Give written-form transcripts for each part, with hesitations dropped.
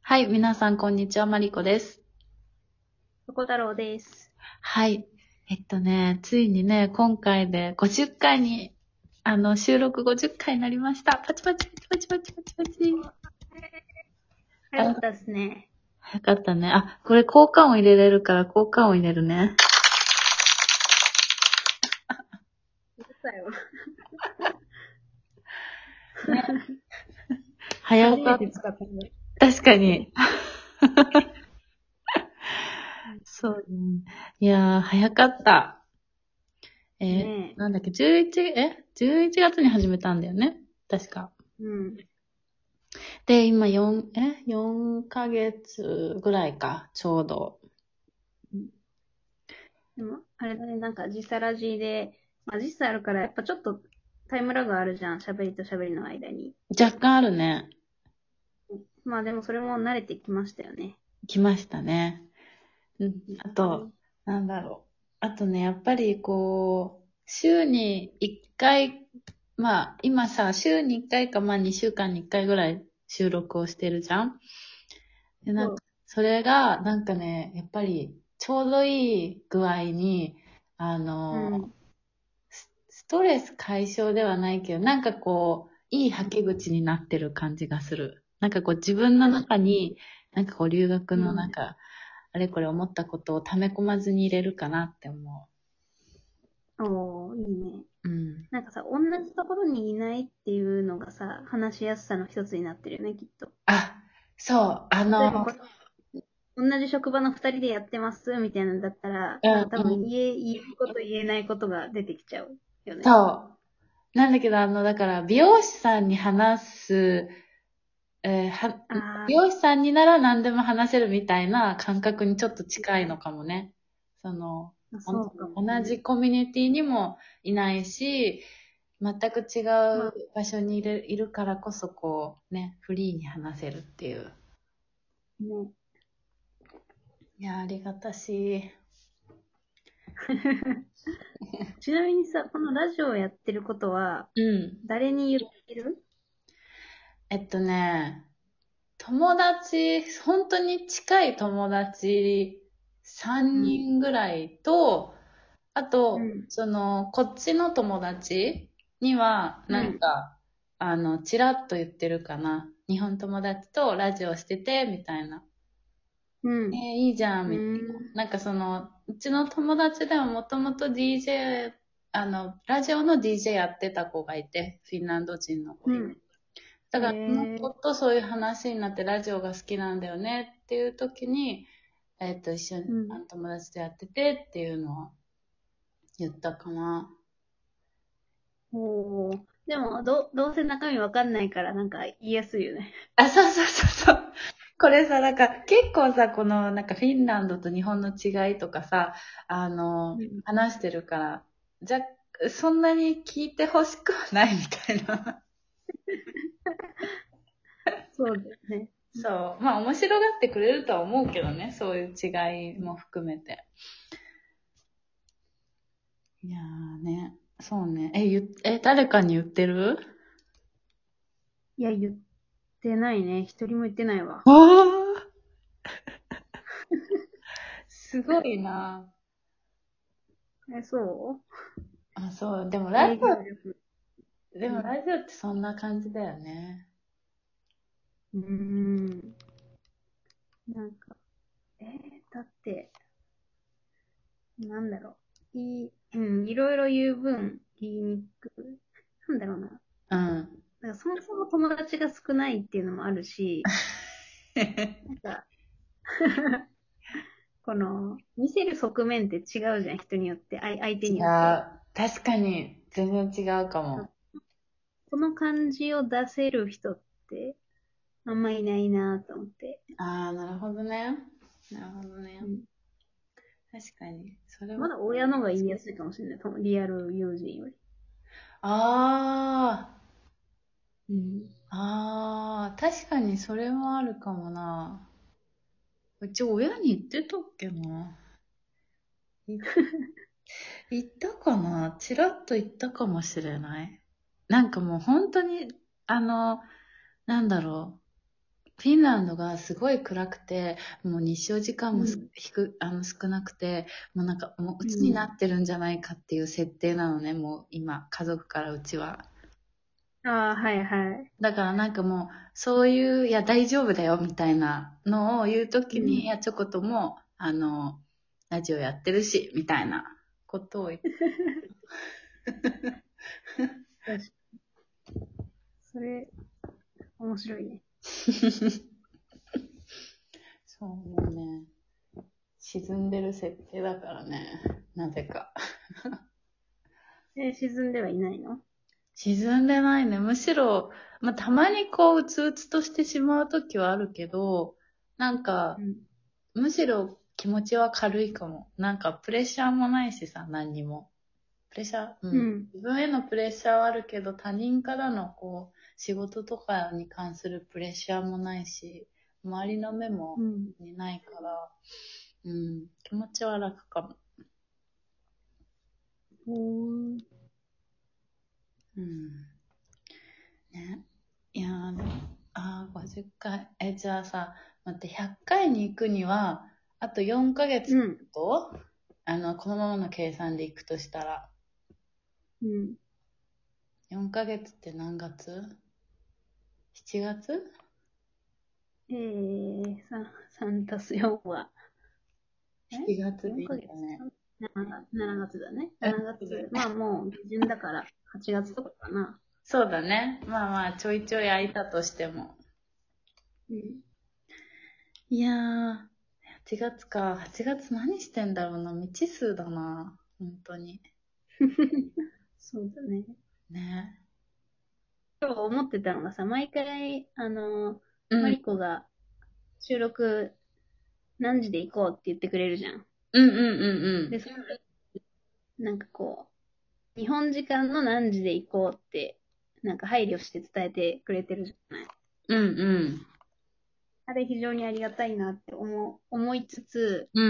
はい、皆さんこんにちは、マリコです。 そこ太郎です。 はい。ついにね、今回で50回に、収録50回になりました。パチパチパチパチパチパチパチ。 早かったですね。 早かったね。あ、これ効果音入れれるから効果音入れるね。 うるさいわ。 ね。早初めかった。 て使ったね。 確かに。そうね。いやー、早かった。 ねなんだっけ、11月に始めたんだよね。確か。 え。うん。 で、今4ヶ月ぐらいか、ちょうど。 でも、あれだね、なんか時差ラジで、まあ時差あるからやっぱちょっとタイムラグあるじゃん。喋りと喋りの間に。 若干あるね。 まあでもそれも慣れてきましたよね。 来ましたね。うん。あと、 うんなんだろう。あとね、やっぱりこう、週に1回、まあ、今さ、週に1回か、まあ2週間に1回ぐらい収録をしてるじゃん。で、なんか、それが、なんかね、やっぱり、ちょうどいい具合に、あの、 うん。 ストレス解消ではないけど、なんかこう、いい吐き口になってる感じがする。なんかこう、自分の中に、なんかこう、留学のなんか、あれこれ思ったことを溜め込まずに入れるかなって思おー、いいね。 う。うん。 なんかさ、同じところにいないっていうのがさ、話しやすさの一つになってるよね、きっと。 あ、そう、 例えばこれ、同じ職場の二人でやってますみたいなんだったら、 うんなんか多分うん。 言えること言えないことが出てきちゃうよね。 そう。なんだけど、だから、美容師さんに話す、美あ容師さんになら何でも話せるみたいな感覚にちょっと近いのかもね。その、 あ、そうかもね。 同じコミュニティにもいないし、全く違うまあ、 場所にいるからこそ、こう、ね、フリーに話せるっていう。 ね。 いや、ありがたし。 ちなみにさ、このラジオをやってることは、 うん。 誰に言ってる？ えっとね、友達、本当に近い友達3 うん。 人ぐらいと、あと、 うん。 こっちの友達には、 うん。 ちらっと言ってるかな。日本友達とラジオしてて、みたいな。 うん。 いいじゃん、 うみたいん。 な。なんかうちの友達でももともと DJ、ラジオの DJ やってた子がいて、フィンランド人の子で。 うん。 だから、そのへえ。 子とそういう話になってラジオが好きなんだよねっていう時に、一緒にうん。 友達とやっててっていうのは言ったかな。 おー。でも、どうせ中身わかんないから、なんか言いやすいよね。 あ、そうそうそうそう。これさ、なんか結構さ、なんかフィンランドと日本の違いとかさ、 うん。 話してるから、そんなに聞いてほしくはないみたいな。 そうだよね。 そう。まあ面白がってくれるとは思うけどね、そういう違いも含めて。いやーね、そうね。誰かに言ってる？ いや、言ってないね。一人も言ってないわ。 わー、すごいな。 え、そあ、そう。でもう営業力。うん。 ラジオってそんな感じだよね。 うーん。なんか、だって、なんだろう。いろいろ言う分、言いにくく。なんだろうな。 うん。 なんかそもそも友達が少ないっていうのもあるし、なんか、見せる側面って違うじゃん、人によって、相手違う。 によって。 確かに、全然違うかも。 この感じを出せる人ってあんまいないなと思って。 ああ、なるほどね。なるほどね。 うん、 確かに。それは。 まだ親の方が言いやすいかもしれない。リアル友人より。 あうん。 あ、ああ、確かにそれもあるかもな。うち親に言ってたっけな。い言ったかな、ちらっと言ったかもしれない。なんかもう本当に、あの、なんだろう。 フィンランドがすごい暗くて、もう日照時間もうん少なくて、もうなんか、もう鬱になってるんじゃないかっていう設定なのね、もう今、家族からうちは。 ああ、はいはい。 だからなんかもう、そういう、いや、大丈夫だよ、みたいなのを言うときに、いうん。 や、チョコとも、ラジオやってるし、みたいなことを言って。 確かそれ、面白いね。 そう、もうね、沈んでる設定だからね、なぜか。 沈んではいないの？ 沈んでないね。むしろ、まあ、たまにこう、うつうつとしてしまうときはあるけど、なんか、 うん。 むしろ気持ちは軽いかも。なんか、プレッシャーもないしさ、何にも。プレッシャー、うん。 うん。 自分へのプレッシャーはあるけど、他人からのこう、仕事とかに関するプレッシャーもないし、周りの目もうん。 ないから、うん、気持ちは楽かも。 ほー。 うん。ね。いやー、でも50回。じゃあさ、待って、100回に行くには、あと4ヶ月うん。 と、このままの計算で行くとしたら、 うん。 4ヶ月って何月？ 7 月？ 3たす4は、 7 月でい 4 いヶ月んだね。 7月だね。 うん、 7月。まあもう下旬だから8月とかかな。 そうだね。まあまあ、ちょいちょい空いたとしても。 うん。 いやー、8月か。8月何してんだろうな。未知数だな。本当に。 そうだね。 ね。 今日思ってたのがさ、毎回、マうん。 リコが収録何時で行こうって言ってくれるじゃん。 うんうんうんうで、 ん。 なんかこう、日本時間の何時で行こうって、なんか配慮して伝えてくれてるじゃない。 うんうん。 あれ非常にありがたいなって思いつつ、 うん。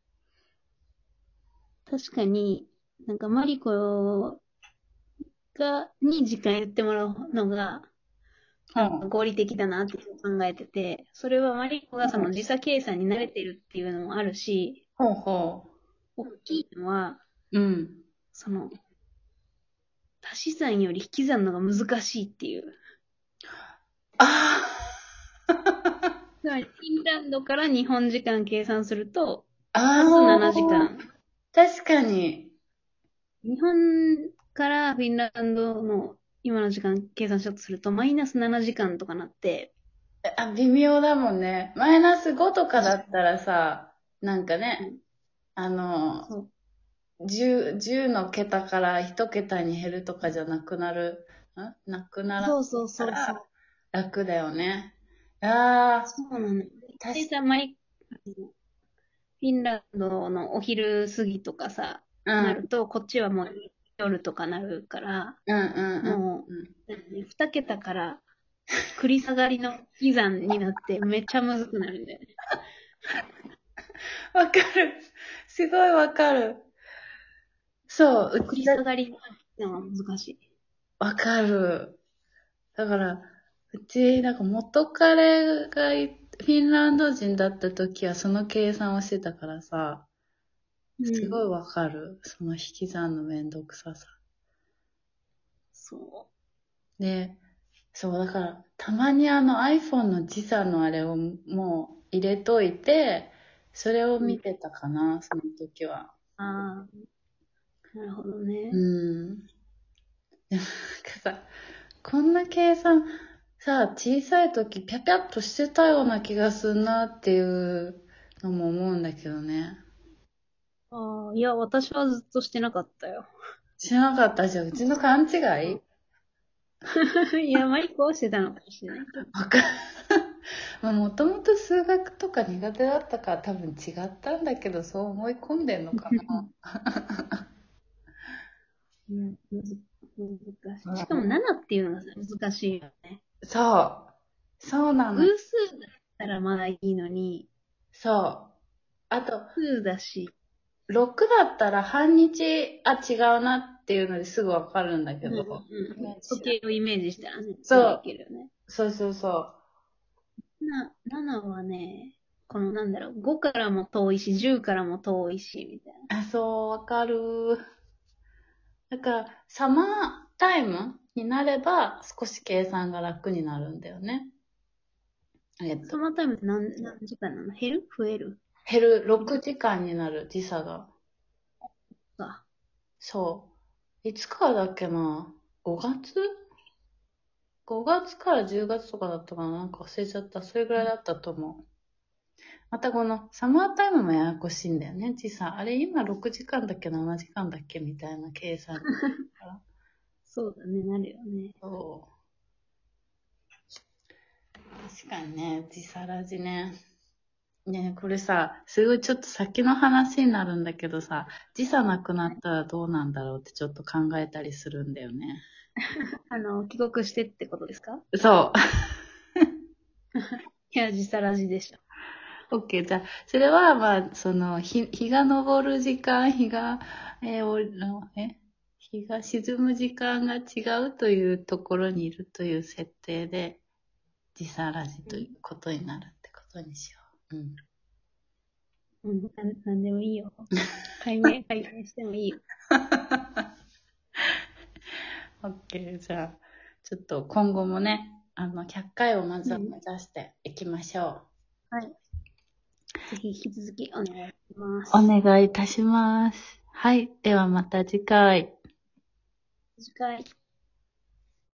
確かになんかマリコに時間言ってもらうのが、なんかほう。 合理的だなって考えてて、それはマリコがその時差計算に慣れてるっていうのもあるし、 ほうほ大きいのは、 う。うん。 その、足し算より引き算のが難しいっていう。 あつまり、フィンランドから日本時間計算すると、 あ、 足す7時ああ、 間。 確かに。 日本からフィンランドの今の時間計算しようとすると、マイナス7時間とかなって、 微妙だもんね。マイナス5とかだったらさ、なんかね、 うん、 あの、 そう。 10の桁から1桁に減るとかじゃなくなる、なくならないそうそうそうそう。 から楽だよね。ああ、 そうなの。 確でさ、フィンランドのお昼過ぎとかさ、 うん、 なると、こっちはもう夜とかなるから、 うん、うん、 もうん。 う、2桁から繰り下がりの引き算になってめっちゃむずくなるんだよね。 わかる。すごいわかる。そう、 繰り下がりの引き算は難しい。 わかる。だから、うち、なんか元彼がフィンランド人だった時はその計算をしてたからさ、 うん。 すごいわかる。その引き算のめんどくささ。 そで、そう、だから、たまにiPhone の時差のあれをもう入れといて、それをう。うん。 見てたかな、その時は。 ああ、なるほどうね。 ん。でもなんかさ、こんな計算、さ、小さい時ピャピャっとしてたような気がすんなっていうのも思うんだけどね。 ああ、いや、私はずっとしてなかったよ。 知らなかったじゃん。うちの勘違いいや、マリコはしてたのかもしれないけど。 わかる。まあ、もともと数学とか苦手だったから多分違ったんだけど、そう思い込んでんのかうん、難しい。しかもな。 7っていうのがさ難しいよね。 そう。そうなの。 偶数だったらまだいいのに、 そう。あと、 数だし、 6だったら半日、違うなっていうのですぐわかるんだけど、 うんうん、時計をイメージしたらね、ついていそう。 けるよね。 そうそうそう。 7はね、このなんだろう、5からも遠いし、10からも遠いし、みたいな。 あ、そう、わかる。だから、サマータイムになれば少し計算が楽になるんだよね。 サマータイムって何時間なの？減る？増える？ 減る6時間になる時差が。 か。 そう。いつからだっけな？ 5 月？ 5 月から10月とかだったかな、なんか忘れちゃった。それぐらいだったと思う。またこのサマータイムもややこしいんだよね、時差。あれ今6時間だっけ7時間だっけみたいな計算だから。 そうだね、なるよね。 そう。確かにね、時差ラジね。ね、これさ、すごいちょっと先の話になるんだけどさ、時差なくなったらどうなんだろうってちょっと考えたりするんだよね。 帰国してってことですか？ そう。 いや、時差ラジでしょ。 OK。じゃあ、それは、まあ、日が昇る時間、日が沈む時間が違うというところにいるという設定で、時差ラジということになるってことにしよう。うん。 うん、なんでもいいよ。解明してもいいよ。 OK。じゃあ、ちょっと今後もね、100回をまずは目うん。 指していきましょはい。ぜひ引き続きお願いしまう。おす。 願いいたします。はい。ではまた次回。 次回。